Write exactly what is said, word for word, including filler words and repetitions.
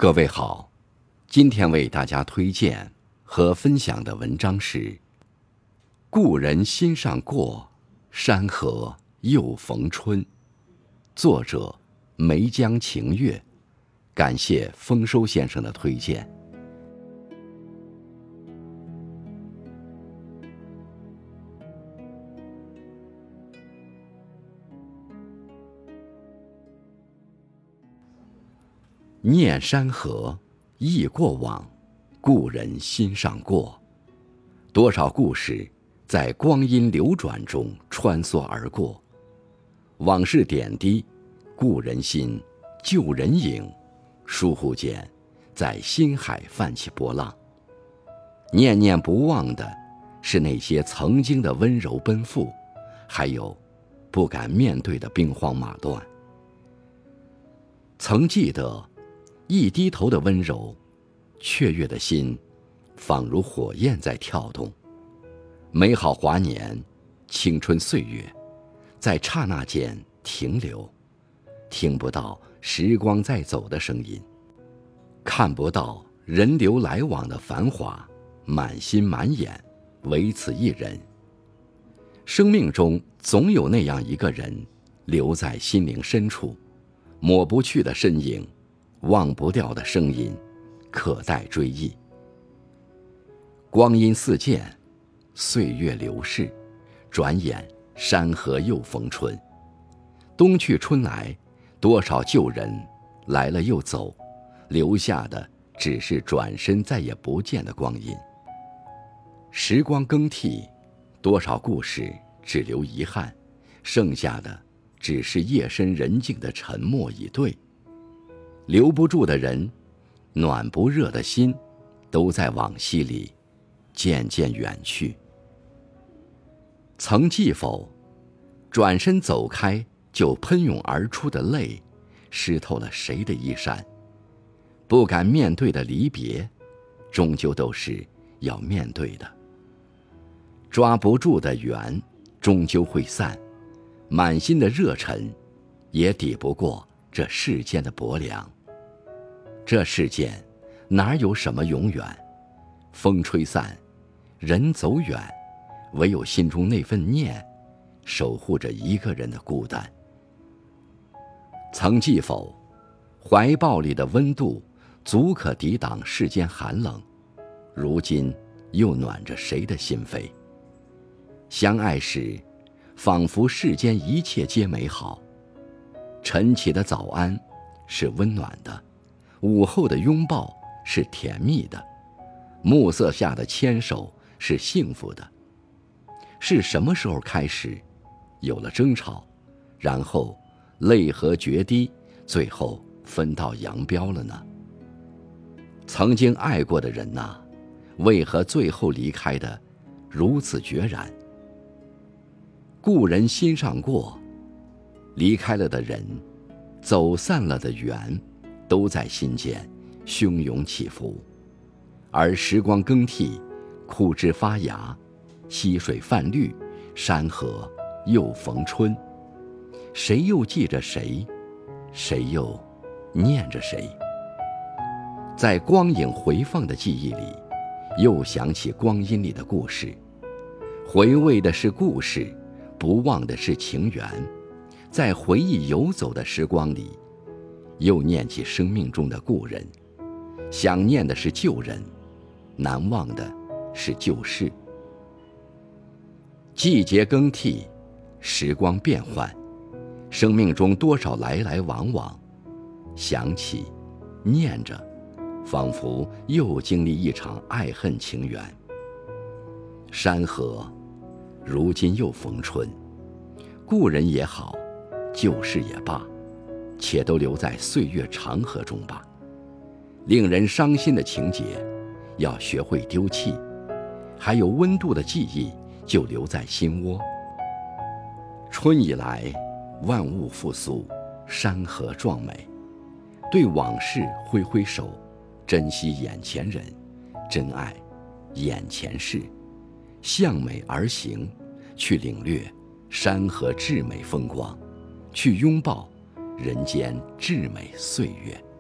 各位好，今天为大家推荐和分享的文章是《故人心上过，山河又逢春》，作者梅江晴月，感谢丰收先生的推荐。念山河，忆过往，故人心上过。多少故事在光阴流转中穿梭而过，往事点滴，故人心，旧人影，倏忽间在心海泛起波浪。念念不忘的是那些曾经的温柔奔赴，还有不敢面对的兵荒马乱。曾记得一低头的温柔，雀跃的心仿如火焰在跳动。美好华年，青春岁月，在刹那间停留，听不到时光在走的声音，看不到人流来往的繁华，满心满眼唯此一人。生命中总有那样一个人，留在心灵深处，抹不去的身影，忘不掉的声音，可待追忆。光阴似箭，岁月流逝，转眼山河又逢春。冬去春来，多少旧人来了又走，留下的只是转身再也不见的光阴。时光更替，多少故事只留遗憾，剩下的只是夜深人静的沉默以对。留不住的人，暖不热的心，都在往昔里渐渐远去。曾记否，转身走开就喷涌而出的泪，湿透了谁的衣衫？不敢面对的离别，终究都是要面对的。抓不住的缘，终究会散，满心的热忱，也抵不过这世间的薄凉。这世间哪有什么永远？风吹散，人走远，唯有心中那份念，守护着一个人的孤单。曾记否，怀抱里的温度足可抵挡世间寒冷，如今又暖着谁的心扉？相爱时，仿佛世间一切皆美好。晨起的早安是温暖的，午后的拥抱是甜蜜的，暮色下的牵手是幸福的。是什么时候开始有了争吵，然后泪河决堤，最后分道扬镳了呢？曾经爱过的人呐、啊，为何最后离开的如此决然？故人心上过，离开了的人，走散了的缘，都在心间汹涌起伏。而时光更替，枯枝发芽，溪水泛绿，山河又逢春。谁又记着谁？谁又念着谁？在光影回放的记忆里，又想起光阴里的故事。回味的是故事，不忘的是情缘。在回忆游走的时光里，又念起生命中的故人。想念的是旧人，难忘的是旧事。季节更替，时光变换，生命中多少来来往往，想起，念着，仿佛又经历一场爱恨情缘。山河，如今又逢春，故人也好，旧事也罢，且都留在岁月长河中吧。令人伤心的情节，要学会丢弃；还有温度的记忆，就留在心窝。春以来，万物复苏，山河壮美。对往事挥挥手，珍惜眼前人，珍爱眼前事，向美而行，去领略山河至美风光，去拥抱人间至美岁月。